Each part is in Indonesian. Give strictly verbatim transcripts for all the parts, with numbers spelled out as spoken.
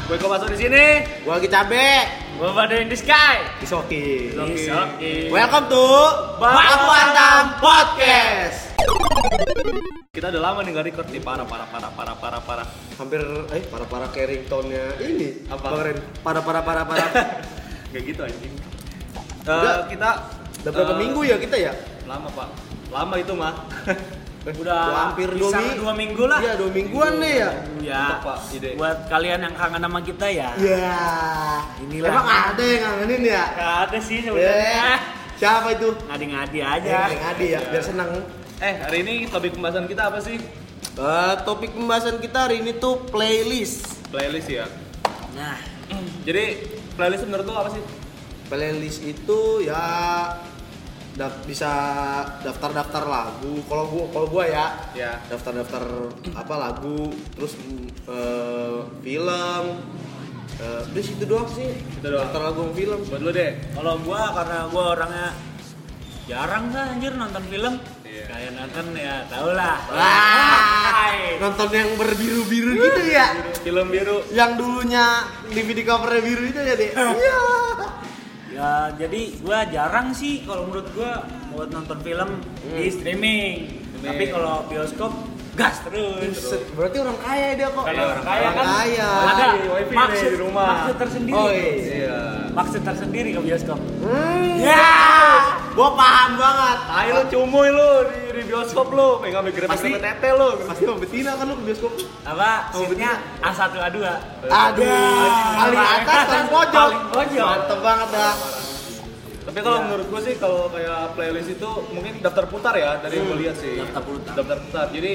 Gue kok masuk di sini. Gua lagi cabe. Gue pada in the sky. Isoki. Isoki. Welcome to Baku Antam Podcast. Kita udah lama nih gak record nih, parah parah parah parah parah parah. Hampir eh para-para carrying tone-nya ini. Apa? Bang Ren. Para-para para-para. Kayak gitu anjing. Udah, Uh, kita Udah berapa uh, minggu ya kita ya? Lama, Pak. Lama itu mah. Udah hampir dua bisa minggu. dua minggu lah. Iya, dua mingguan nih ya. Ya, Untuk, Pak, ide. buat kalian yang kangen sama kita ya. Iya. Inilah. Emang ada yang ngangenin ya? Gak ada sih Eh, sebenarnya. siapa itu? Ngadi-ngadi Ya. aja. Yang Adi ya, biar senang. Eh, hari ini topik pembahasan kita apa sih? Uh, topik pembahasan kita hari ini tuh playlist. Playlist ya. Nah, Jadi playlist menurut lo apa sih? Playlist itu ya dap- bisa daftar-daftar lagu. Kalau gua kalau gua ya, Ya. daftar-daftar apa lagu, terus mm, eh, film. Eh, udah situ doang sih. Itu doang. Daftar lagu sama film. Buat lo deh. kalau gua karena gua orangnya jarang kan anjir nonton film. Iya. Kayak nonton ya tau lah. Wah, nonton yang berbiru-biru gitu ya. Film biru. Yang dulunya D V D covernya biru itu ya, Dek. Iya. Ya jadi gua jarang sih kalau menurut gua buat nonton film di streaming. Streaming. Tapi kalau bioskop gas terus. Buset, berarti orang kaya dia kok. Kalau orang kaya Orang kan kaya. ada wifi maksud nih di rumah. maksud tersendiri. Oh, iya. Iya. Maksud tersendiri ke bioskop. Hmm. Ya. Gua paham banget. Ayo lo cumuy lo di, di bioskop lo, pengen ambil Pasti- grepe-grepe tete lo. Pasti sama betina kan lu ke bioskop. Apa? Seatnya A satu A dua. Aduh, paling atas paling pojok. Paling pojok. Mantep banget dah. Tapi kalau Iya. menurut gue sih kalau kayak playlist itu mungkin daftar putar ya dari yang gue lihat sih. Daftar putar. Daftar putar. Jadi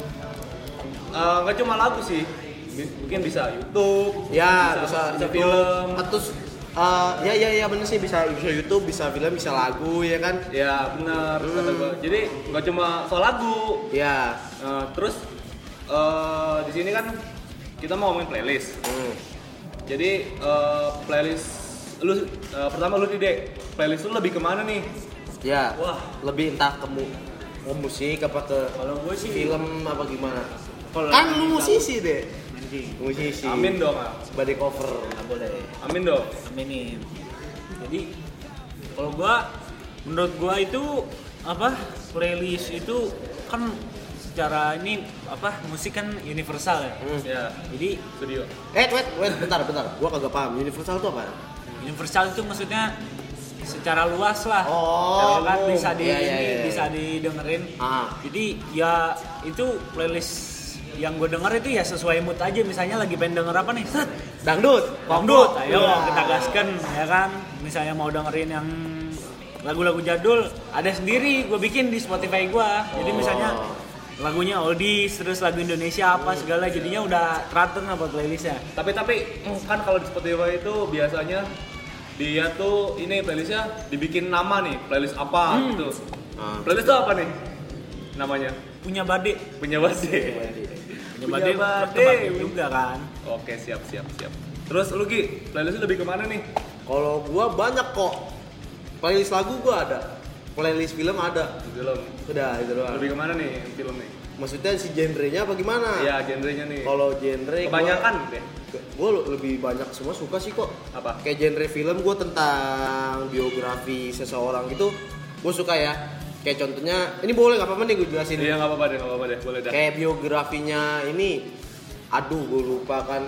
eh, nggak cuma lagu sih, Bi- mungkin bisa YouTube, Ya, bisa, bisa YouTube. film. Terus eh, ya ya ya bener sih, bisa bisa YouTube, bisa film, bisa lagu ya kan. Ya benar kata gua. Jadi nggak cuma soal lagu. Ya. Eh, terus eh, di sini kan kita mau ngomongin playlist. Hmm. Jadi eh, playlist lu eh, pertama lu ide playlist lu lebih kemana nih? Ya. Wah. Lebih entah ke, mu- ke musik apa ke Kalau gue sih film apa gimana. Kalau Kan lagi lu musisi deh. anjing. Musisi. Amin dong, ah. Body cover. Nggak boleh. Amin dong. Aminin. Jadi kalau gua menurut gua itu apa? Playlist itu kan secara ini apa? Musik kan universal ya. Hmm. Ya, Jadi studio. Eh, wait, wait, bentar, bentar. Gua kagak paham. Universal itu apa? universal itu maksudnya secara luas lah. Oh, kan bisa di iya, iya, ini, iya. bisa didengerin. Ah. Jadi ya itu playlist yang gue denger itu ya sesuai mood aja. Misalnya lagi pengen denger apa nih? Set, Dangdut. dangdut. Ayo Iya. kita gaskan ya kan. Misalnya mau dengerin yang lagu-lagu jadul, ada sendiri gue bikin di Spotify gue. Jadi misalnya lagunya oldies, terus lagu Indonesia apa segala, jadinya udah teratur apa playlistnya. Tapi tapi mm, kan kalau di Spotify itu biasanya dia tuh ini playlistnya dibikin nama nih, playlist apa Hmm. gitu. Ah. Playlist itu apa nih? Namanya? Punya Bade. Punya Bade. Punya Punya Bade Bade. Bade juga kan. Oke, siap siap siap. Terus lu Gi, playlist lu lebih kemana nih? Kalau gua banyak kok. Playlist lagu gua ada. Playlist film ada. Film. Udah, itu doang. Lebih kemana nih film nih? Maksudnya si genrenya apa gimana? Iya, genrenya nih. Kalau genre Kebanyakan deh. gue lebih banyak semua suka sih kok. Apa? Kayak genre film gue tentang biografi seseorang gitu, gue suka ya. Kayak contohnya, ini boleh nggak apa-apa nih gue jelasin. Iya, nggak apa-apa deh, nggak apa-apa deh, boleh dah. Kayak biografinya ini, aduh gue lupa kan,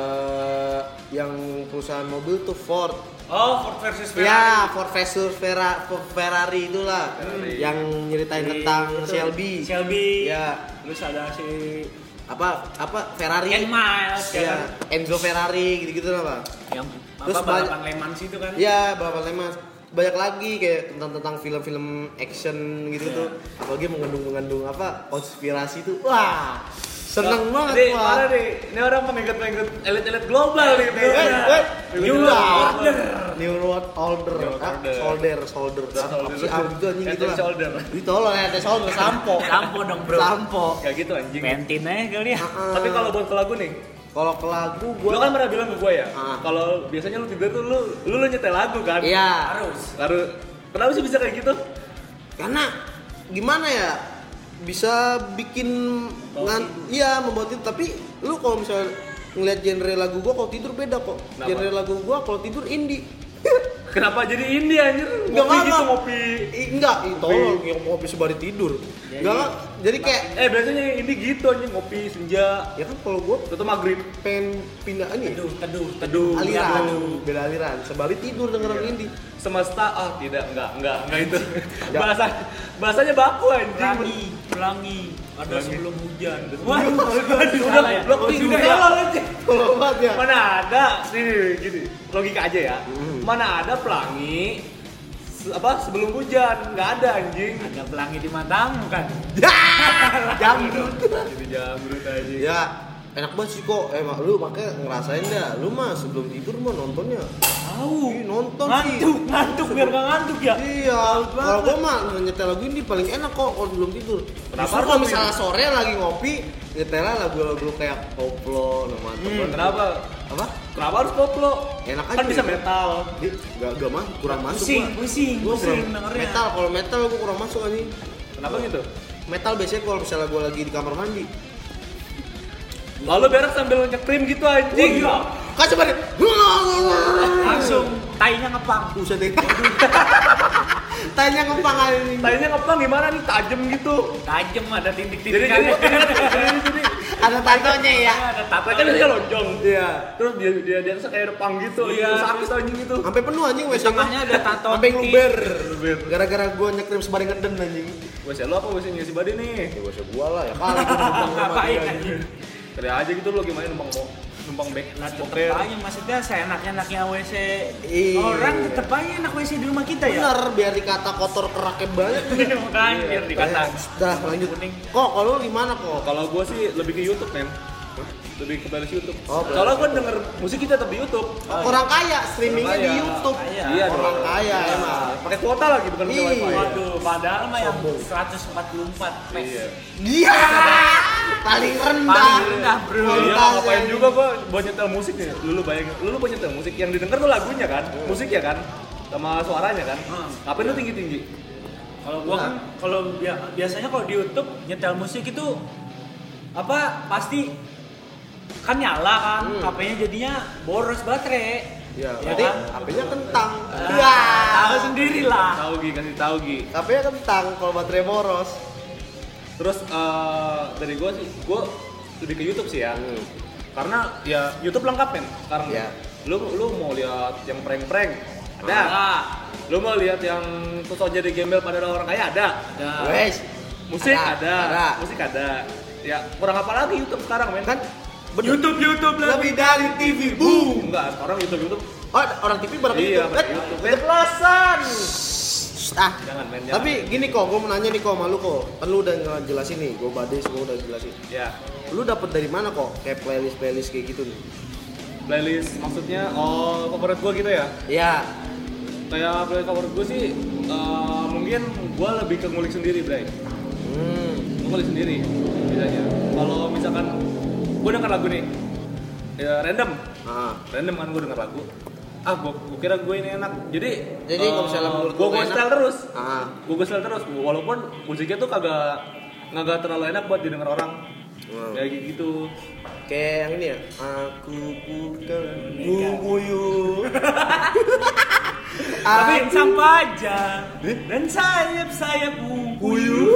eh, yang perusahaan mobil tuh Ford. Oh, Ford versus Ferrari. Ya, Ford versus Ferra- Ferrari itulah, Ferrari. yang nyeritain Di- tentang itu, Shelby. Shelby. Ya, Terus ada si apa apa Ferrari. Ken Miles ya Ya, kan? Enzo Ferrari gitu-gitu lah, Pak. Yang Terus apa banyak- balapan Le Mans itu kan? Iya, balapan Le Mans. Banyak lagi kayak tentang tentang film-film action gitu Iya. tuh. Apalagi mengandung-mengandung apa konspirasi tuh. Wah, seneng banget Nih, gua. parah nih. Ini orang pengikut-pengikut elit-elit global nih. Wait, wait. New Gila. Order. New World Order. New World Ah, Order. Solder, solder. Apa sih ah, gitu anjing Head gitu and lah. shoulder. Itu loh, ada shoulder sampo. Sampo dong, bro. Sampo. Kayak gitu anjing. Pentin aja kali ya. Heeh. Tapi kalau buat ke lagu nih, Kalau ke lagu lu gua kan pernah bilang ke gue ya, Ah. kalau biasanya lu tidur tuh lu lu, lu nyetel lagu kan? iya. Harus. Lalu kenapa sih bisa kayak gitu? Karena gimana ya? Bisa bikin Bawa ngan, iya membawa tidur, tapi lu kalau misalnya ngeliat genre lagu gua kalau tidur beda kok. Kenapa? Genre lagu gua kalau tidur indie. Kenapa jadi indie anjir? Enggak Ngopi apa-apa. gitu ngopi. Ih, enggak, ih, tolong yang ngopi sebari tidur. Enggak, jadi kayak Eh biasanya indie gitu anjing ngopi senja. ya kan kalau gua Atau maghrib. pengen pindah ini Teduh, teduh, Teduh. aliran, beda aliran. Sebali tidur dengerin Iya. indie. Semesta ah tidak enggak enggak enggak itu. Ya. Bahasa bahasanya baku anjing. Pelangi, pelangi, ada Pelangi. sebelum hujan. Waduh, waduh, Salah udah ya? blok Oh, tidur sudah. tolol aja. Kalau banget ya. Mana ada sini gini logika aja ya. Hmm. Mana ada pelangi se- apa sebelum hujan nggak ada anjing. Ada pelangi di matamu kan? Jamrut. Jadi jamrut aja. Ya, enak banget sih kok. Eh, mak, lu makanya ngerasain dah. Lu mah sebelum tidur mah nontonnya. Tahu. Ih, nonton Ngantuk, sih. ngantuk biar gak ngantuk ya. Iya, kalau gua mah nyetel lagu ini paling enak kok kalau belum tidur. Kenapa Justru harus kalau ngopi? misalnya sore lagi ngopi, nyetelnya lagu-lagu kayak koplo, nama Hmm, kenapa? Apa? Kenapa harus koplo? Enak Kan aja. bisa metal. Di, gak, gak mah, kurang masuk Pusing, gua. pusing, Gua pusing kurang- dengernya. metal, kalau metal gua kurang masuk anjing. Kenapa gitu? Metal biasanya kalau misalnya gua lagi di kamar mandi. Lalu berak sambil nyekrim gitu anjing. Oh, iya. Kan sebenarnya Langsung tainya ngepang. Buset deh. Tanya ngempang anjing. Tadinya ngepang gimana nih tajem gitu. Tajem ada titik-titik. Jadi jadi jadi jadi Ada tatonya ya. ada tapi tato. kan dia lonjong. Iya. Terus dia dia dia kayak ada pang gitu. Iya. Itu sakit anjing gitu. Sampai penuh anjing Di W C gua. tengahnya ada tato. Sampai titik. ngeluber. Ngeluber. Gara-gara gua nyekrim sebaring ngeden anjing. W C lu apa W C-nya si Badi nih? Ya W C gua lah ya kali gua numpang sama Ngapain dia, anjing? Kayak aja gitu lo gimana numpang mau numpang back Lah tetep motor. aja maksudnya seenak-enaknya W C Iya. orang tetep aja enak W C di rumah kita ya. Bener, biar dikata kotor keraknya banyak. Makanya biar dikata. Dah lanjut. Kuning. Kok kalau lu gimana kok? Kalau gua sih lebih ke YouTube men. Lebih ke playlist YouTube. Oh, Soalnya gua denger musik kita tetap di YouTube. Orang kaya streamingnya Orang di kaya. YouTube. Kaya. Iya, Orang dong. kaya emang. Pakai kuota lagi bukan pakai Iya. wifi. Waduh, padahal mah yang Sombong. seratus empat puluh empat p. Iya. Dia paling rendah. Paling rendah, bro. Iya, Kualitasnya. ngapain juga gua buat nyetel musik nih. Lu bayangin, lu buat nyetel musik yang didengar tuh lagunya kan, musik ya kan, sama suaranya kan. Hmm. Ngapain lu tinggi tinggi? Kalau gua kan kalau bia- biasanya kalau di YouTube nyetel musik itu apa pasti kan nyala kan, Hmm. H P-nya jadinya boros baterai. Ya, Ya berarti kan? H P-nya kentang. Ah, Ya. tahu sendiri lah. Tahu Gi, kasih tahu Gi. H P-nya kentang kalau baterai boros. Terus eh, dari gua sih, gua lebih ke YouTube sih ya. Hmm. Karena ya YouTube lengkap men. Sekarang Iya. lu lu mau lihat yang prank-prank ada. Ah, Lu mau lihat yang sosok jadi gembel pada orang kaya ada. ada. Wes, Musik Ada, ada, ada. musik ada. Ya kurang apa lagi YouTube sekarang men? kan bener. YouTube YouTube lah. Lebih dari T V, boom. Enggak, sekarang YouTube YouTube. Oh, orang T V berapa Iya, YouTube? pakai Eh, YouTube. Keplasan. Ah, Jangan men. Jangan. tapi gini kok, gue mau nanya nih kok malu kok. Kan lu udah ngejelasin nih, gue badai semua udah jelasin. Ya, Lu dapet dari mana kok? Kayak playlist playlist kayak gitu nih? playlist maksudnya oh favorit gua gitu ya. Iya. Kayak playlist favorit gua sih eh, mungkin gua lebih ke ngulik sendiri, Bray. Hmm. Gua ngulik sendiri biasanya. Kalau misalkan gua denger lagu nih ya random, Ah. random kan gua denger lagu. Ah, gua, gua kira gue ini enak. Jadi Jadi kalau misalnya menurut gua lu gua enak- setel terus. Ah. Gua gua setel terus walaupun musiknya tuh kagak nggak terlalu enak buat didengar orang. Hmm. Kayak gitu. Kayak yang ini ya. Aku bukan bubuyuh. Tapi Aku- sang pajak dan sayap-sayap puyuh.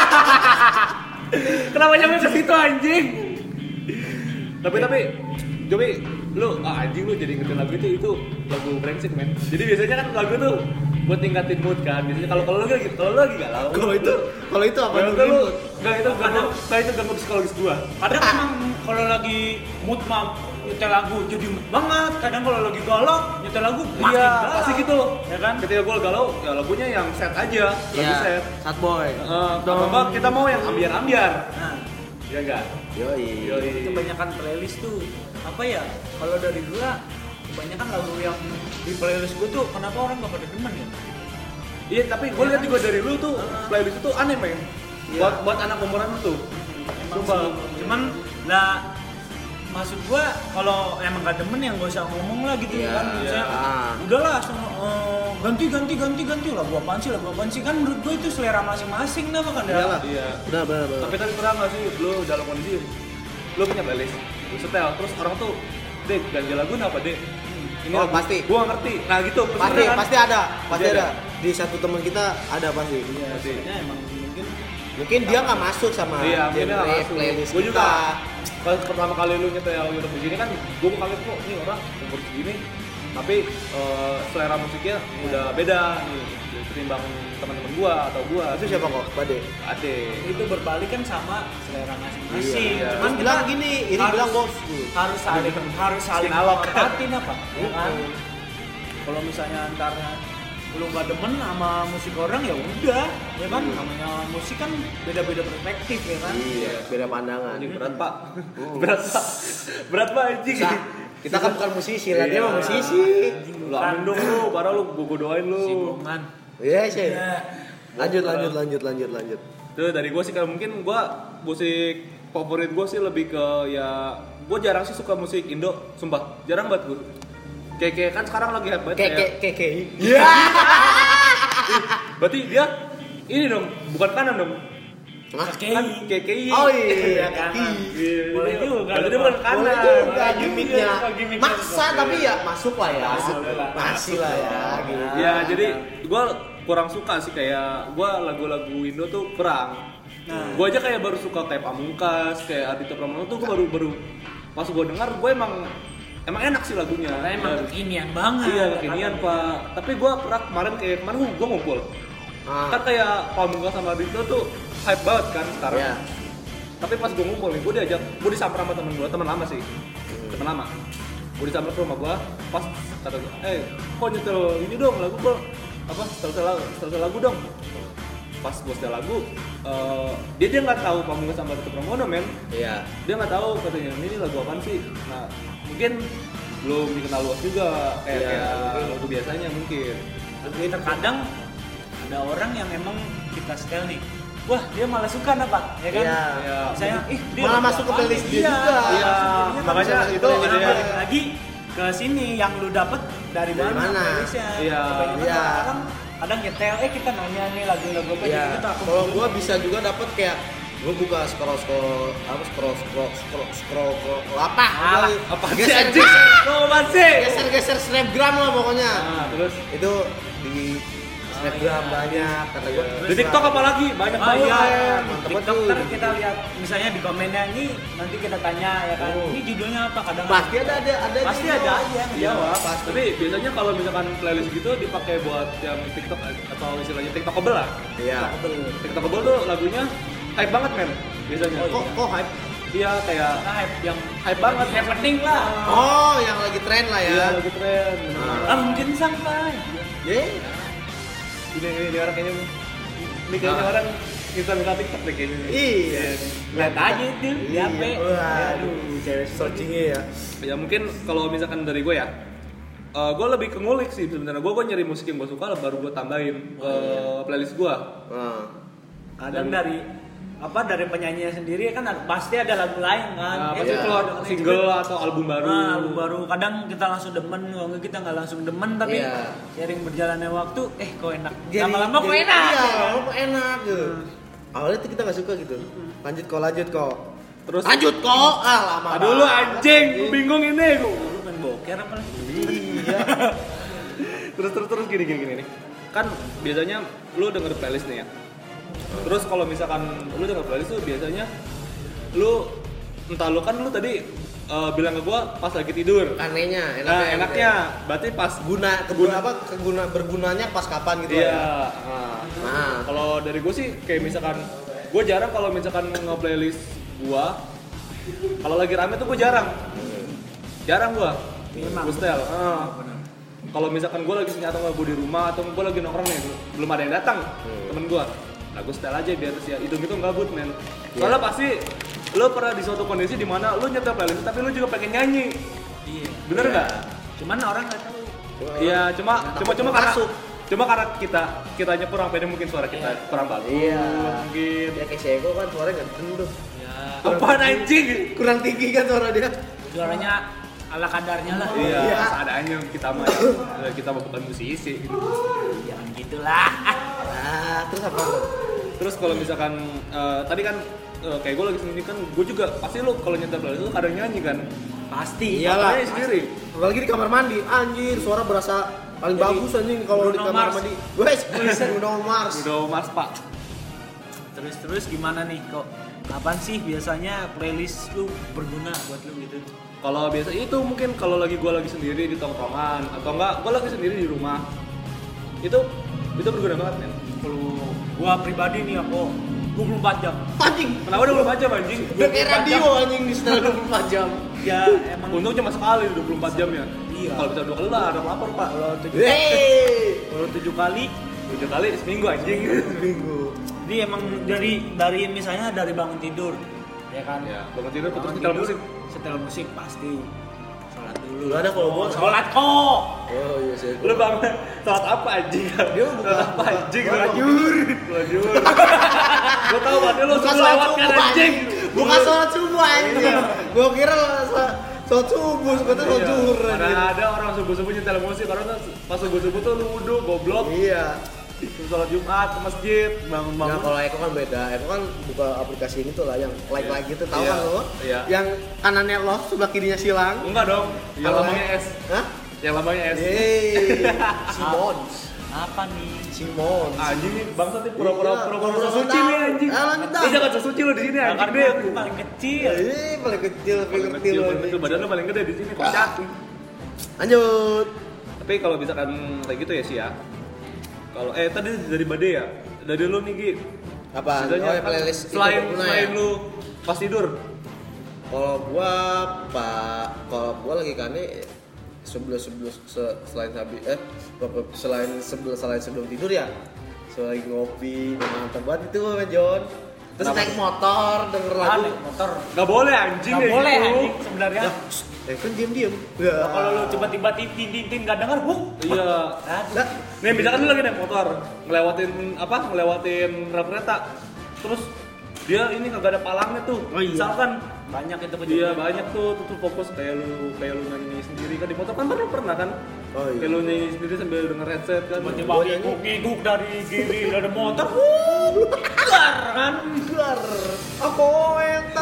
Kenapa nyampe ke situ anjing? Tapi tapi Jobi, lu ah, anjing lu jadi ngerti lagu itu itu lagu brengsek men. Jadi biasanya kan lagu tuh buat tingkatin mood kan. Biasanya kalau kalau lu lagi kalau lu lagi galau. Kalau itu, kalau itu apa kalau lu? itu lu enggak itu ganggu, enggak itu ganggu psikologis gua. Kadang emang kalau lagi mood mah nyetel lagu jadi mood banget. Kadang kalau lagi galau nyetel lagu makin Iya, galau. pasti gitu. Ya kan? Ketika gua galau, ya lagunya yang sad aja, lagu Iya, sad. sad boy. Eh, apa enggak kita mau yang ambiar-ambiar. Nah, Iya enggak? Yoi. Yoi. kebanyakan playlist tuh apa ya? Kalau dari gua kebanyakan lagu yang di playlist gua tuh kenapa orang gak pada demen ya? Iya, tapi gue lihat juga dari lu tuh playlist itu aneh men. Iya. Buat buat anak umuran lu tuh. Emang Sumpah. sih. Cuman lah maksud gua kalau emang gak demen yang gak usah ngomong lah gitu Iya, kan. iya. Misalnya, Ah. udahlah semua, eh, ganti ganti ganti ganti lagu apaan sih lagu apaan sih kan menurut gua itu selera masing-masing dah kan Iyalah. Iya. Benar benar benar. Tapi kan pernah nggak sih lu dalam kondisi lu punya playlist, gue setel terus orang tuh dek ganti lagu apa dek ini Oh, lagu, pasti. gue nggak ngerti nah gitu Pasti kan? pasti ada, pasti Pasti ada. ada. Di satu teman kita ada pasti. Iya, Pasti. soalnya emang mungkin Mungkin dia nggak masuk sama iya mungkin genre nggak masuk playlist gue juga kita. pas pertama kali lu nyetel YouTube begini kan gue kaget kok ini orang umur segini tapi uh, selera musiknya udah beda nih ketimbang teman-teman gua atau gua Itu siapa kok? Bade. Ade itu berbalik kan sama selera masing-masing. Iya. Cuman Terus bilang kita gini, ini harus- bilang bos. harus saling harus saling Sinalog. menghormatin apa? Ya kan? Kalau misalnya antarnya lu nggak demen sama musik orang ya udah, ya kan? Namanya musik kan beda-beda perspektif ya kan? Iya, beda pandangan. anjing berat pak berat pak berat pak anjing Kita, kita kan bukan musisi lah, dia Iya. mah musisi. lu amin dong lu parah lu gua gua doain lu Singgungan. Iya sih. Lanjut, lanjut, lanjut, lanjut, lanjut. tuh dari gua sih kalau mungkin gua musik favorit gua sih lebih ke ya gua jarang sih suka musik Indo sumpah jarang banget gua kayak kayak kan sekarang lagi hype banget Kayak kayak kayak kayak kayak. Iya. berarti dia ini dong bukan kanan dong Hah? kan kayak kayak Oh iya, Kanan. kaki. Boleh juga. berarti dia bukan kanan Boleh juga Boleh gimmicknya. juga, gimmicknya Maksa juga. tapi ya masuk lah ya. Boleh lah. Masih lah ya. Gitu. ya jadi gue kurang suka sih kayak gue lagu-lagu Indo tuh kurang Nah. gue aja kayak baru suka kayak Pamungkas kayak Ardhito Pramono tuh gue baru baru pas gue dengar gue emang emang enak sih lagunya Karena emang Dan- kekinian banget. iya kekinian pak tapi gue pernah kemarin kayak kemarin gue ngumpul Ah. kan kayak Pamungkas sama Ardhito tuh hype banget kan sekarang Iya. tapi pas gue ngumpul nih gue diajak gue disamper sama temen gue temen lama sih temen lama gue disamper ke rumah gue pas kata gue eh kok nyetel ini dong lagu gue apa setel lagu setel lagu dong pas gue setel lagu eh, dia dia nggak tahu Pamungkas sama Ardhito Pramono men Iya. dia nggak tahu katanya ini lagu apaan sih nah mungkin belum dikenal luas juga kayak Iya, kayak mungkin. lagu biasanya mungkin Tapi terkadang ada orang yang emang kita setel nih, wah dia malah suka nah pak, ya kan? Iya. Iya. Saya, ih dia Malah lagu masuk ke apaan playlist nih?" dia Iya. juga. Iya, Sebenarnya makanya kan itu playlist ide dia. balik lagi ke sini yang lu dapet dari, Dari mana? mana? playlistnya. Iya. Kebanyakan Iya. orang kadang nyetel, eh kita nanya nih lagu-lagu apa Iya. jadi kita aku Kalau gua bisa juga dapat kayak gua buka scroll scroll apa scroll scroll scroll scroll, scroll apa? Alah, apa sih geser, anjing lo apaan sih geser geser snapgram lah pokoknya. nah terus Itu di snapgram banyak kata gua. di TikTok apalagi banyak Oh banget iya, mantep TikTok tuh. ntar kita lihat misalnya di komennya ini nanti kita tanya ya kan, Oh. ini judulnya apa kadang Pasti ada ada ada pasti gitu. ada aja yang Iya, jawab. pasti. tapi biasanya kalau misalkan playlist gitu dipakai buat yang TikTok atau istilahnya TikTokable lah. Iya. TikTokable tuh lagunya hype banget men biasanya. Kok kok hype? Iya kayak Nah, hype yang hype banget. happening lah. Oh, yang lagi tren lah ya. Iya lagi tren. Ah. Ah mungkin sampai. Ye. Ini ini, ini orang kayaknya ini kayaknya Ah. orang kita minta TikTok deh kayaknya. nih. Iya. Lihat aja itu di Iya. H P. Waduh, cewek searchingnya ya. Ya mungkin kalau misalkan dari gue ya, uh, gue lebih ke ngulik sih sebenarnya. Gue gue nyari musik yang gue suka baru gue tambahin ke playlist gue. Nah. Kadang dari apa dari penyanyinya sendiri kan ada- pasti ada lagu lain kan. Nah, Eh, pasti Iya. keluar ada- single atau album baru. Nah, album baru kadang kita langsung demen, kalau enggak kita nggak langsung demen tapi Iya. sering berjalannya waktu, eh kok enak. Jadi- Lama-lama kok jadi- enak. Iya, ya kan? lama kok enak gitu. Awalnya tuh kita nggak suka gitu. Lanjut kok, lanjut kok. Terus Lanjut kok. Ah, lama. aduh lu banget. anjing, gue bingung ini. Lu main boker apa lagi? Iya. terus terus terus gini gini gini nih. Kan biasanya lu denger playlist nih ya. Terus kalau misalkan lu denger playlist tuh biasanya lu entah lu kan lu tadi uh, bilang ke gua pas lagi tidur. Anehnya, enaknya. Nah, enaknya berarti pas Guna, keguna apa? Keguna bergunanya pas kapan gitu iya. ya. Nah, Nah, kalau dari gue sih kayak misalkan gue jarang kalau misalkan nge-playlist gue kalau lagi rame tuh gue jarang jarang gue Memang. gue setel Ah. kalau misalkan gue lagi senjata atau gue di rumah atau gue lagi nongkrong nih belum ada yang datang Hmm. temen gue nah gue setel aja biar ya itu gitu gabut men soalnya pasti lo pernah di suatu kondisi di mana lo nyetel playlist tapi lo juga pengen nyanyi Iya. bener nggak? Cuman orang nggak tahu. Iya cuma Yang cuma takut cuma karena masuk. cuma karena kita kitanya kurang pede mungkin suara kita Iya. kurang bagus Iya. mungkin ya kayak si Eko kan suaranya nggak tentu. Ya, apaan anjing Kurang tinggi kan suara dia. suaranya ala kadarnya lah. iya Iya. seadanya kita mah ya. kita mah bukan musisi gitu. Jangan gitulah. Nah, terus apa? terus kalau misalkan eh, tadi kan uh, kayak gue lagi sendiri kan, gue juga pasti lo kalau nyetel playlist itu kadang nyanyi kan. Pasti. Iyalah. Nyanyi sendiri. Apalagi di kamar mandi, anjir suara berasa paling Jadi, bagus anjing kalau di Bruno kamar Mars. mandi. Wes, Bruno Mars. Udah Mars Pak. Terus terus gimana nih kok? Kapan sih biasanya playlist lu berguna buat lu gitu? Kalau biasa itu mungkin kalau lagi gue lagi sendiri di tongkrongan atau enggak gue lagi sendiri di rumah itu itu berguna banget men. Kalau gua pribadi nih aku dua puluh empat jam. Anjing. Kenapa udah belum jam anjing? Udah kayak radio anjing di setel dua puluh empat jam. Ya emang Untung cuma sekali dua puluh empat jam ya. Iya. Kalau bisa dua kali lah ada lapor Pak. kalau tujuh Hey. kalau tujuh kali Tujuh kali seminggu anjing. Minggu. jadi emang dari dari misalnya dari bangun tidur ya kan? Ya, bangun tidur Bangun putus setel tidur, musik. setel musik pasti. Sholat dulu. Gak ada kalau gua. Sholat kok. Oh iya sih. Lu bang, salat apa anjing? Dia buka- Salat apa buka- anjing? buka- Lajur. Lajur. Gua tahu banget lu Bukan suruh sholat lewat kan subuh anjing. Bukan sholat subuh anjing. Gua kira sholat sholat subuh, sebetulnya sholat Iya. zuhur Mana anjing. ada orang subuh-subuh nyetel musik karena pas subuh-subuh tuh lu wudhu goblok. Iya. Terus sholat Jumat ke masjid, Ya bangun-bangun. kalau Eko kan beda. Eko kan buka aplikasi ini tuh lah yang like-like gitu, tahu Iya. kan lo? Iya. Yang kanannya love, sebelah kirinya silang. Enggak dong. Yang Kalau- lambangnya S. Hah? Yang lambangnya S. Yeay. Simons. Apa nih? Simons. Anjing nih bangsa nih pura-pura Iya, pura-pura pura-pura suci tahu. nih anjing. Ah, lanjut dah. Eh jangan suci lu di sini anjing Karena deh. aku paling kecil. Eh, paling kecil, paling Paling kecil. kecil, paling kecil, badan lu paling gede di sini kocak. Lanjut. Tapi kalau misalkan kayak gitu ya sih ya. Kalau eh tadi dari Bade ya. Dari lu nih Gi. Apa? Sisanya Oh, ya, kan playlist itu selain berguna selain ya? lu pas tidur. Kalau gua pak, kalau gua lagi kane sebelum sebelum se- selain habis eh selain sebelum selain sebelum tidur ya, selain ngopi, mantap banget itu Mas John. Terus Kenapa? naik motor denger Ah, lagu. naik motor. Gak boleh anjing Nggak kayak boleh gitu. anjing sebenarnya. Eh kan diam diam. Ya. Nah, kalau lu tiba-tiba tintin tintin nggak dengar, wuh. Iya. Nah, Nih misalkan lu lagi naik motor, ngelewatin apa? Ngelewatin rel kereta. Terus dia ini kagak ada palangnya tuh. Oh iya. Misalkan Banyak itu Iya kejadian. banyak tuh, tuh, tuh fokus kayak lu kayak lu nyanyi sendiri kan di motor kan pernah pernah kan? Oh iya. Kayak lu nyanyi sendiri sambil denger headset kan. Tiba-tiba Gua nyanyi. ngiguk dari kiri ada motor, wuh. Keluar kan. keluar. Aku eta.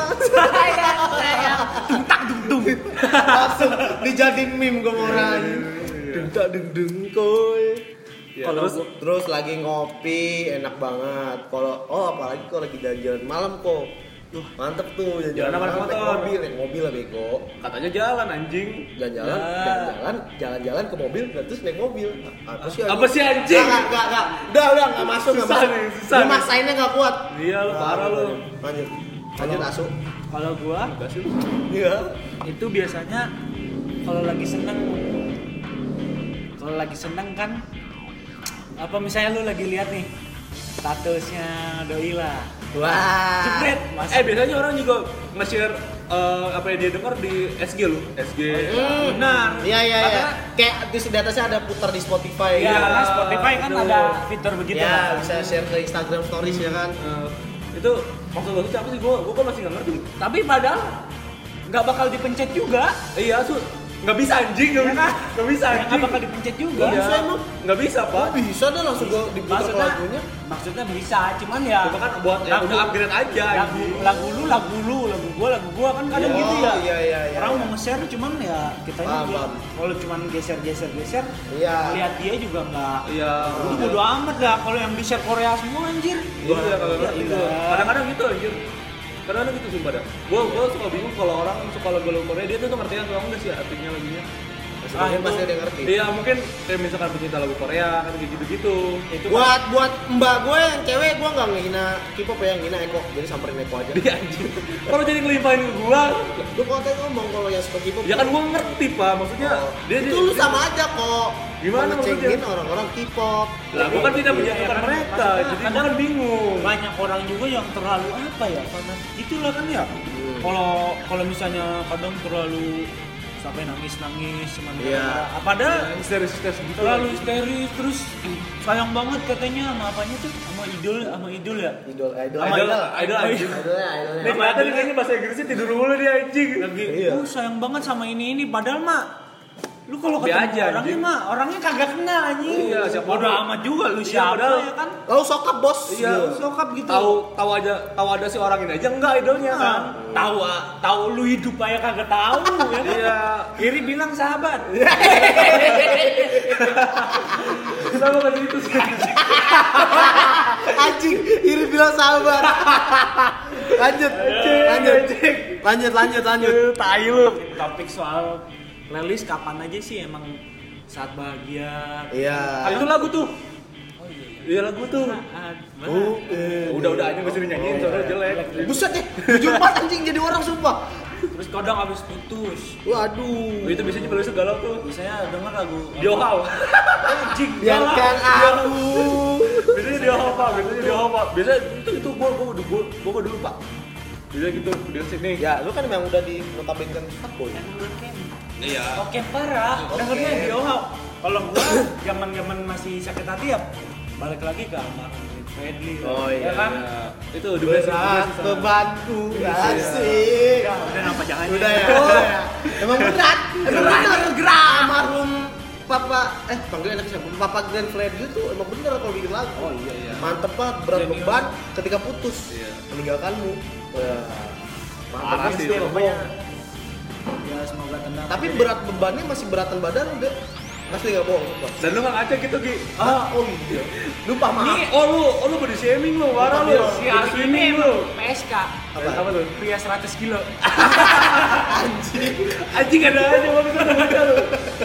Tak dung dung. Langsung dijadiin meme gua mau orang. Deng tak deng deng koy. Ya, Kalau terus- terus, terus lagi ngopi enak banget. Kalau oh apalagi kalau lagi jalan-jalan malam kok. Tuh, mantep tuh Jalan jalan-jalan apa naik malam naik motor? mobil, naik mobil lah bego. Katanya jalan anjing. Jalan-jalan, Ya. jalan-jalan, jalan-jalan ke mobil, dan terus naik mobil. Apa sih Apa sih anjing? Enggak, enggak, enggak. Udah, udah, enggak masuk, enggak Susah masuk. nih, susah Gua nih. maksainnya enggak kuat. Iya lu parah lu. Lanjut. Lanjut masuk. Kalau gua Enggak sih. Iya. itu biasanya kalau lagi seneng kalau lagi seneng kan apa misalnya lu lagi lihat nih statusnya doi lah Wah. jepret mas Eh biasanya orang juga nge-share eh, apa yang dia denger di S G lu, S G. Hmm. benar Iya, iya, iya. Karena- Kayak di di atasnya ada putar di Spotify. ya Iya, karena Spotify kan itu. ada fitur begitu Ya, kan. bisa share ke Instagram Stories ya kan. Eh, itu maksud lu apa sih? Gua gua kan masih nggak ngerti. tapi padahal nggak bakal dipencet juga Iya, su nggak bisa anjing, nggak Ya bisa, kan? nggak bisa Ya, anjing. nggak bakal dipencet juga Iya, Bisa emang? nggak bisa pak. Oh, bisa dah langsung gua diputar ke maksudnya lagunya. maksudnya bisa cuman ya Cuma kan buat yang lagu, udah upgrade aja. lagu, lagu lu lagu lu lagu gua lagu gua kan kadang Oh, gitu ya iya, iya, iya, orang iya. mau nge-share cuman ya kita Paham, juga paham. kalau cuman geser geser geser Iya. lihat dia juga nggak Iya. itu bodo amat lah kalau yang di-share Korea semua anjir Gua ya kalau ngerti Iya. itu. Kadang-kadang gitu anjir. Kadang-kadang gitu sumpah dah. Gua gua suka bingung kalau orang suka lagu-lagu Korea dia tuh tuh ngerti atau enggak sih artinya lagunya. Sebenarnya pasti ada yang ngerti. Iya mungkin kayak misalkan pecinta lagu Korea kan kayak gitu-gitu. itu Buat buat mbak gue yang cewek gue nggak ngehina K-pop ya, yang ngehina Eko, jadi samperin Eko aja. Dia anjir. Kalau jadi ngelimpahin ke gua, Lu kok tadi ngomong kalau yang suka K-pop? ya kan gua ngerti pak. Maksudnya Oh, dia itu dia- lu sama aja kok. Gimana ngecengin maksudnya? orang-orang K-pop. Lah gua kan tidak Iya, menjatuhkan kan, mereka, maksudnya jadi kadang gua kan bingung. banyak orang juga yang terlalu apa ya karena itulah kan ya Hmm. kalau kalau misalnya kadang terlalu sampai nangis nangis cuman Iya. apa ada Histeris-histeris gitu. terlalu histeris terus ih, sayang banget katanya sama apanya tuh sama idol sama idol ya Idol, idol, Sama Idol, idol, idol anjing. idolnya, idolnya. Nih kelihatan kayaknya bahasa Inggrisnya tidur mulu dia anjing. lagi Iya. oh sayang banget sama ini ini padahal mah Lu kalau Be ketemu aja, orangnya anjing. mah orangnya kagak kenal anjing. Iya, siapa Bodoh lu? amat juga lu Iya, siapa padahal- ya kan. Lalu sokap bos. Iya, Gitu. Sokap gitu. Tahu tahu aja tahu ada si orang ini aja enggak idolnya kan. Nah, tahu ah, tahu lu hidup aja kagak tahu ya kan. Iya. Iri bilang sahabat. Kenapa kan itu sih? Anjing, iri bilang sabar. Lanjut, lanjut, lanjut, lanjut, lanjut. Tai lu. Topik soal playlist kapan aja sih emang saat bahagia. Iya. Ah, itu lagu tuh. Oh iya iya. Iya lagu tuh. Saat Oh, bahagia. eh. Udah udah aja enggak usah dinyanyiin, soalnya jelek. Buset deh, jujur banget anjing jadi orang sumpah. Terus kodong habis putus. Waduh. Itu biasanya playlist galau tuh. Biasanya denger lagu Diohal. anjing. Biarkan aku. Biasanya diohal Pak, biasanya diohal Pak. Biasanya itu itu gua gua gua gua, gua, gua dulu Pak. Biasanya gitu, dia sini. Ya, lu kan memang udah di notabene fuckboy. Emang lu kan Iya. oke parah. Oke. Dengernya diohal. Kalau gua zaman-zaman masih sakit hati ya balik lagi ke almarhum Fredly. Oh, iya. Ya kan? Ya, itu the best Berat bebanku asik. Ya, udah nampak jangan. Udah ya, udah ya. Emang berat, emang bener gerak. Almarhum Papa, eh panggil anak siapa? Papa Glenn Fredly tuh emang bener kalau bikin lagu. Oh iya iya. Mantep banget, berat Genius. beban ketika putus. Iya. Meninggalkanmu. Wah. Parah Mantep sih, sih, pokoknya. Ya semoga tenang. Tapi berat bebannya masih beratan badan udah. Asli nggak bohong. sumpah. Dan lu nggak ngaca gitu Gi. Ah, oh iya. Lupa maaf. Nih, oh lu, oh lu body shaming lu, warah lu. si Body Alvin shaming ini lu. P S K. Apa? Apa tuh? Pria seratus kilo. Anjing. Anjing ada aja waktu itu ngaca lu.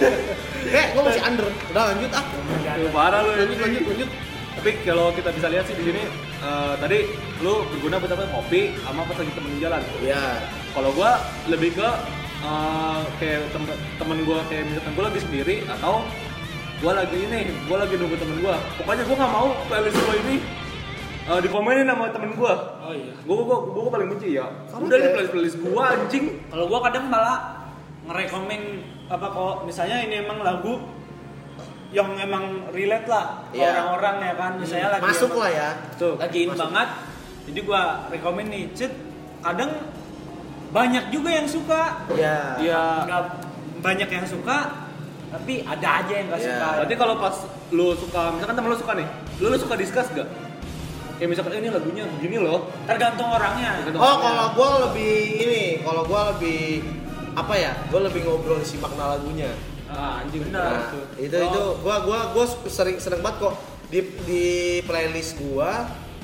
Eh, gua masih under. Udah lanjut ah. Lu parah lu. Lanjut, lanjut, lanjut. Tapi kalau kita bisa lihat sih di sini eh, tadi lu berguna buat apa? Ngopi sama pas lagi temen jalan. Iya. Kalau gua lebih ke eh, kayak temen, temen gua kayak misalkan gua lagi sendiri atau gua lagi ini, gua lagi nunggu temen gua. Pokoknya gua nggak mau playlist gua ini eh, dikomenin sama temen gua. Oh iya. Gua gua gua, gua paling benci ya. Karena Udah di kayak- playlist playlist gua anjing. Kalau gua kadang malah ngerekomen apa kok misalnya ini emang lagu yang emang relate lah ke Iya. orang-orang ya kan misalnya lagi Masuk emang- lah ya. Tuh. lagi in Masuk. banget jadi gua rekomen nih cet kadang banyak juga yang suka Iya. Iya. nggak banyak yang suka tapi ada aja yang nggak Iya. suka Berarti kalau pas lu suka, misalkan temen lu suka nih, lu, lu suka discuss gak? Ya misalkan eh, ini lagunya begini loh. tergantung orangnya Tergantung Oh, orangnya. kalau gua lebih ini, kalau gua lebih apa ya? Gua lebih ngobrol si makna lagunya. Ah, anjing Benar. benar. Nah, tuh. itu Oh. itu gua gua gua sering seneng banget kok di di playlist gua.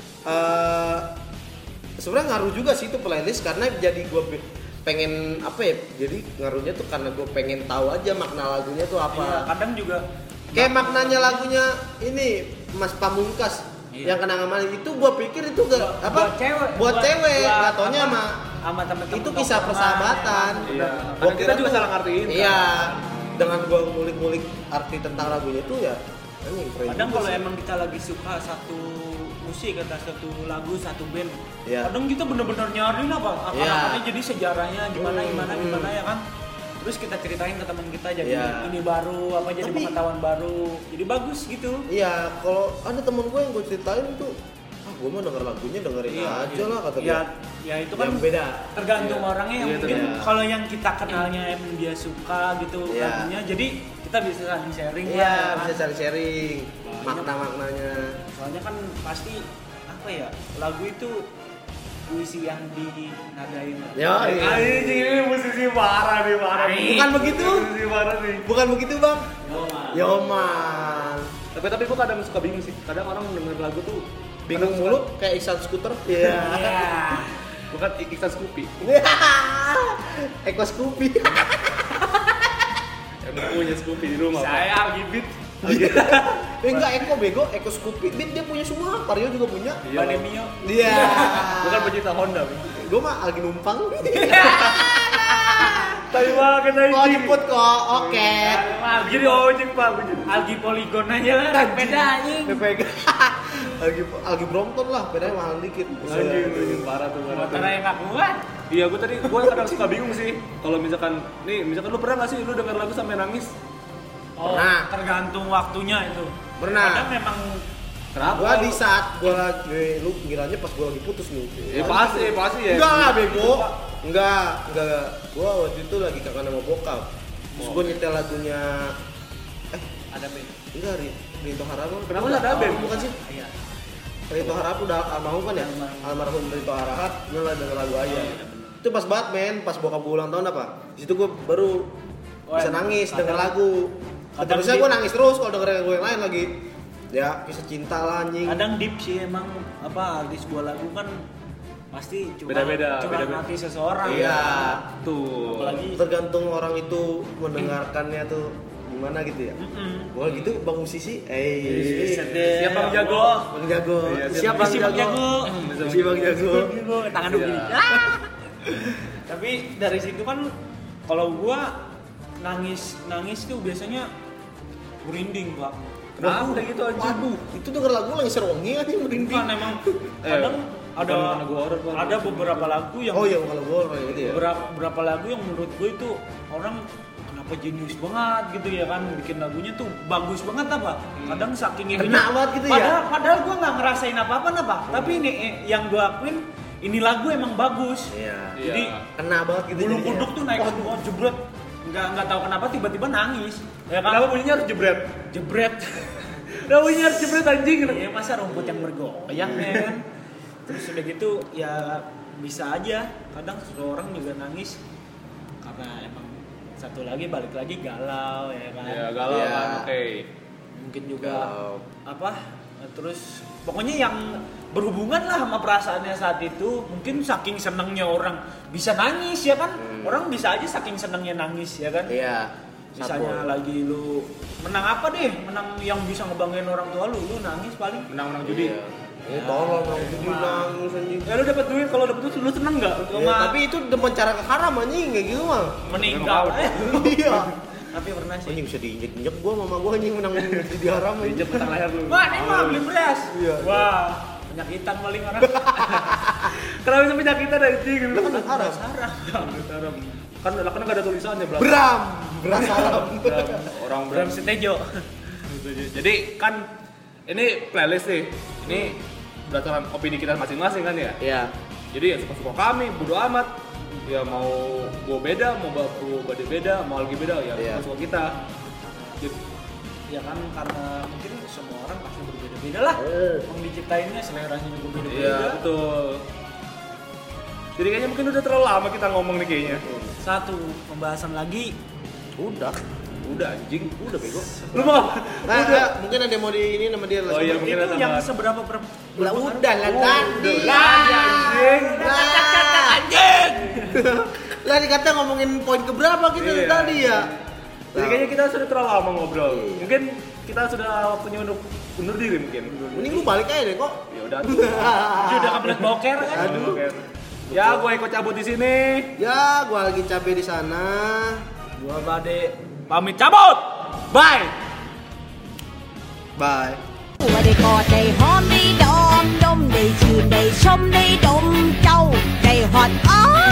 eh sebenarnya ngaruh juga sih itu playlist karena jadi gua be- pengen apa ya? Jadi ngaruhnya tuh karena gua pengen tahu aja makna lagunya tuh Iya, apa. kadang juga Kayak maknanya lagunya ini Mas Pamungkas Iya. yang kenangan manis itu gua pikir itu gak buat- apa buat cewek buat cewek buat nggak taunya apa, sama sama temen-temen itu kisah tongkrongan, persahabatan. ya kan? Iya. Gua Karena kita kira juga tuh- salah ngertiin. kan? Iya, dengan gua ngulik-ngulik arti tentang lagunya itu ya anjing keren kadang juga kalau sih. emang kita lagi suka satu musik atau satu lagu satu band Iya. kadang kita bener-bener nyariin apa apa Iya. apanya jadi sejarahnya gimana Hmm, gimana hmm. gimana ya kan terus kita ceritain ke teman kita jadi Iya. ini baru apa jadi Tapi- pengetahuan baru jadi bagus gitu Iya, kalau ada temen gue yang gue ceritain tuh, ah gue mau denger lagunya dengerin Iya, aja lah kata ya dia. ya itu kan Yang beda. tergantung Iya. orangnya yang Iya, mungkin tergantung. kalau yang kita kenalnya emang dia suka gitu Iya. lagunya jadi kita bisa saling sharing Iya, lah, bisa kan. sharing-sharing Banyak. makna-maknanya. Soalnya kan pasti apa ya lagu itu puisi yang dinadain lah. Ya, iya. Anjing ini musisi parah nih, parah. nih. Bukan begitu? Musisi parah nih. Bukan begitu bang? Yoma. Yoman. Tapi tapi gua kadang suka bingung sih. Kadang orang denger lagu tuh Bingung kadang mulu suka- kayak Iksan Skuter. Iya. Iya. Bukan I- Iksan Scoopy. Eko Scoopy. Emang punya Scoopy di rumah. Pak. Saya Algibit. Eh enggak Eko bego, Eko Scoopy. Beat dia punya semua, Vario juga punya. Iya, Bane Bang. Mio. Iya. Bukan pecinta Honda. Bang. Gue mah lagi numpang. Tapi banget Kok anjing. jemput kok, oke. Jadi ojek Pak. bener. Algi Poligon aja lah. Beda anjing. Pegang. Lagi lagi Brompton lah, bedanya mahal dikit. Anjing, anjing parah tuh. parah tuh. Motornya yang gak kuat. Iya, gue tadi gue kadang suka bingung sih. Kalau misalkan nih, misalkan lu pernah nggak sih lu denger lagu sampai nangis? Oh, Pernah. tergantung waktunya itu. Pernah. Kadang memang Kenapa? Gua di saat gua lagi, lu ngiranya pas gua lagi putus nih. Ya pasti, pasti ya. Enggak lah bego. Enggak, enggak. Gua waktu itu lagi kangen sama bokap. Terus gue nyetel lagunya eh Ada band. enggak Ri- Rinto Harahap. Kenapa nggak ada band? Bukan sih. Iya. Rinto Harahap udah almarhum kan ya? Almarhum. Almarhum Rinto Harahap nyelah denger lagu Ayah. iya, bener. Itu pas banget men, pas bokap gue ulang tahun apa? Di situ gue baru Oh, bisa emang nangis kadang- denger lagu. kadang Terusnya di- gue nangis terus kalau denger lagu yang lain lagi. Ya, kisah cinta lah anjing. Kadang deep sih emang apa di sebuah lagu kan pasti cuma Beda-beda, cuma beda-beda. hati seseorang. Iya. Tuh. Apalagi Tergantung orang itu mendengarkannya tuh gimana gitu ya. Mm-mm. Wah gitu bang musisi, eh Sedih. Siapa yang jago? bang jago, Iya, siapa si Bang Jago? Si bang jago. Tangan dulu Iya. gini. Ah! Tapi dari situ kan kalau gua nangis nangis tuh biasanya merinding, Pak. Kenapa kayak gitu anjing? Waduh, itu denger lagu lagi serongi aja merinding. Bukan emang kadang Eh, ada bukan lagu horor, Pak. ada beberapa lagu yang Oh iya kalau gue kayak gitu ya. beberapa, beberapa lagu yang menurut gue itu orang kenapa jenius banget gitu ya kan, bikin lagunya tuh bagus banget apa kadang saking ini Kena banget gitu ya? padahal, padahal gue nggak ngerasain apa-apa apa tapi ini eh, yang gue akuin ini lagu emang bagus. Iya. Iya. Jadi Kena banget gitu. bulu jadinya. kuduk tuh naik semua jebret, nggak nggak tahu kenapa tiba-tiba nangis ya kan. Kenapa bunyinya harus jebret? Jebret. Kenapa bunyinya harus jebret anjing? Ya masa rumput yang bergoyang ya kan. Terus udah gitu ya bisa aja kadang seseorang juga nangis karena emang satu lagi balik lagi galau ya kan. Ya galau Iya. kan, oke. Mungkin juga Galau. apa terus pokoknya yang berhubungan lah sama perasaannya saat itu, mungkin saking senangnya orang bisa nangis ya kan. Hmm. Orang bisa aja saking senangnya nangis ya kan. Iya. Misalnya Saboy. lagi lu menang apa deh, menang yang bisa ngebanggain orang tua lu, lu nangis paling. Menang-menang judi. Iya. Ini tolong dong judi nangis anjing. Ya lu dapat duit, kalau dapat duit lu seneng enggak? Ya, tapi itu demen cara ke haram anjing kayak gitu mah. meninggal. Iya. Tapi pernah sih. Anjing bisa diinjek-injek gua mama gua anjing menang judi haram anjing. Injek batang leher lu. Wah, ini mah beli beras. Iya. Wah, penyakitan paling orang. Kenapa bisa penyakitan anjing? Lu kan haram. Sarah. Haram. Kan lah kan enggak ada tulisannya, Bro. Bram, beras haram. Orang Bram Setejo. Jadi kan ini playlist nih. Ini berdasarkan opini kita masing-masing kan ya. Iya. Jadi ya suka-suka kami, bodo amat. Ya mau gua beda, mau gua beda beda, mau lagi beda ya Iya. suka kita. Jadi, Ya kan karena mungkin semua orang pasti berbeda-beda lah. Eh. Yang diciptainnya seleranya juga berbeda-beda. iya betul. Jadi kayaknya mungkin udah terlalu lama kita ngomong nih kayaknya. Satu pembahasan lagi. Udah. Udah anjing, udah bego. Lu mau? Nah, nah, mungkin ada yang mau di ini nama dia Oh iya, mungkin Itu ada yang tambahan. seberapa per Lah udah lah tadi. Lah anjing. Lah anjing. Lah dikata ngomongin poin keberapa kita Iya. tadi ya? Jadi kayaknya kita sudah terlalu lama ngobrol. Mungkin kita sudah waktunya untuk undur diri mungkin. Mending lu balik aja deh kok. Ya udah tuh. sudah kebelet boker kan? Aduh. Ya, gue ikut cabut di sini. Ya, gua lagi capek di sana. Gua Bade pamit cabut. Bye. Bye. 我哋個地看呢度，đông 地傳地，衝呢度，就地學啊！